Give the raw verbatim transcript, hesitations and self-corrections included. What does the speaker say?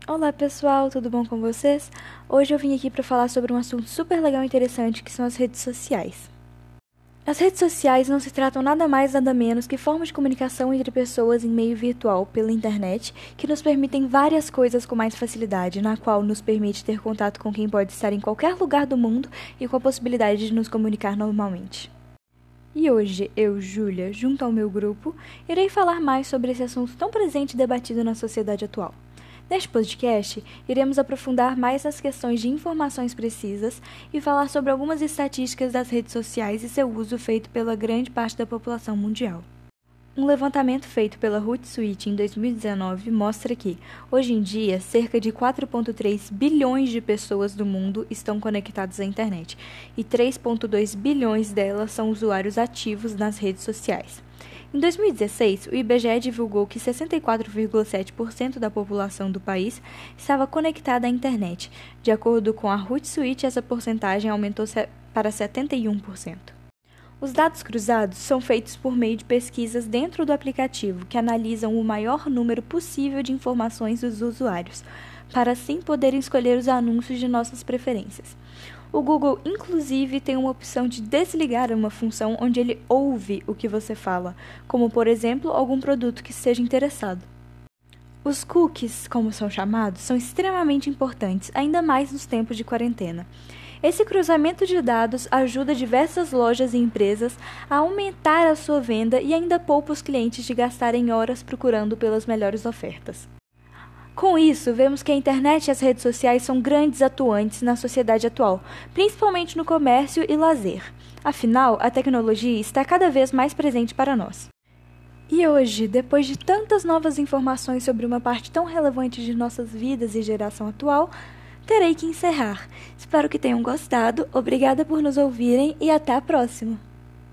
Olá pessoal, tudo bom com vocês? Hoje eu vim aqui para falar sobre um assunto super legal e interessante que são as redes sociais. As redes sociais não se tratam nada mais nada menos que formas de comunicação entre pessoas em meio virtual pela internet que nos permitem várias coisas com mais facilidade, na qual nos permite ter contato com quem pode estar em qualquer lugar do mundo e com a possibilidade de nos comunicar normalmente. E hoje, eu, Júlia, junto ao meu grupo, irei falar mais sobre esse assunto tão presente e debatido na sociedade atual. Neste podcast, iremos aprofundar mais nas questões de informações precisas e falar sobre algumas estatísticas das redes sociais e seu uso feito pela grande parte da população mundial. Um levantamento feito pela Hootsuite em dois mil e dezenove mostra que, hoje em dia, cerca de quatro vírgula três bilhões de pessoas do mundo estão conectadas à internet e três vírgula dois bilhões delas são usuários ativos nas redes sociais. Em dois mil e dezesseis, o I B G E divulgou que sessenta e quatro vírgula sete por cento da população do país estava conectada à internet. De acordo com a Hootsuite, essa porcentagem aumentou para setenta e um por cento. Os dados cruzados são feitos por meio de pesquisas dentro do aplicativo, que analisam o maior número possível de informações dos usuários, para assim poderem escolher os anúncios de nossas preferências. O Google, inclusive, tem uma opção de desligar uma função onde ele ouve o que você fala, como, por exemplo, algum produto que esteja interessado. Os cookies, como são chamados, são extremamente importantes, ainda mais nos tempos de quarentena. Esse cruzamento de dados ajuda diversas lojas e empresas a aumentar a sua venda e ainda poupa os clientes de gastarem horas procurando pelas melhores ofertas. Com isso, vemos que a internet e as redes sociais são grandes atuantes na sociedade atual, principalmente no comércio e lazer. Afinal, a tecnologia está cada vez mais presente para nós. E hoje, depois de tantas novas informações sobre uma parte tão relevante de nossas vidas e geração atual, terei que encerrar. Espero que tenham gostado, obrigada por nos ouvirem e até a próxima!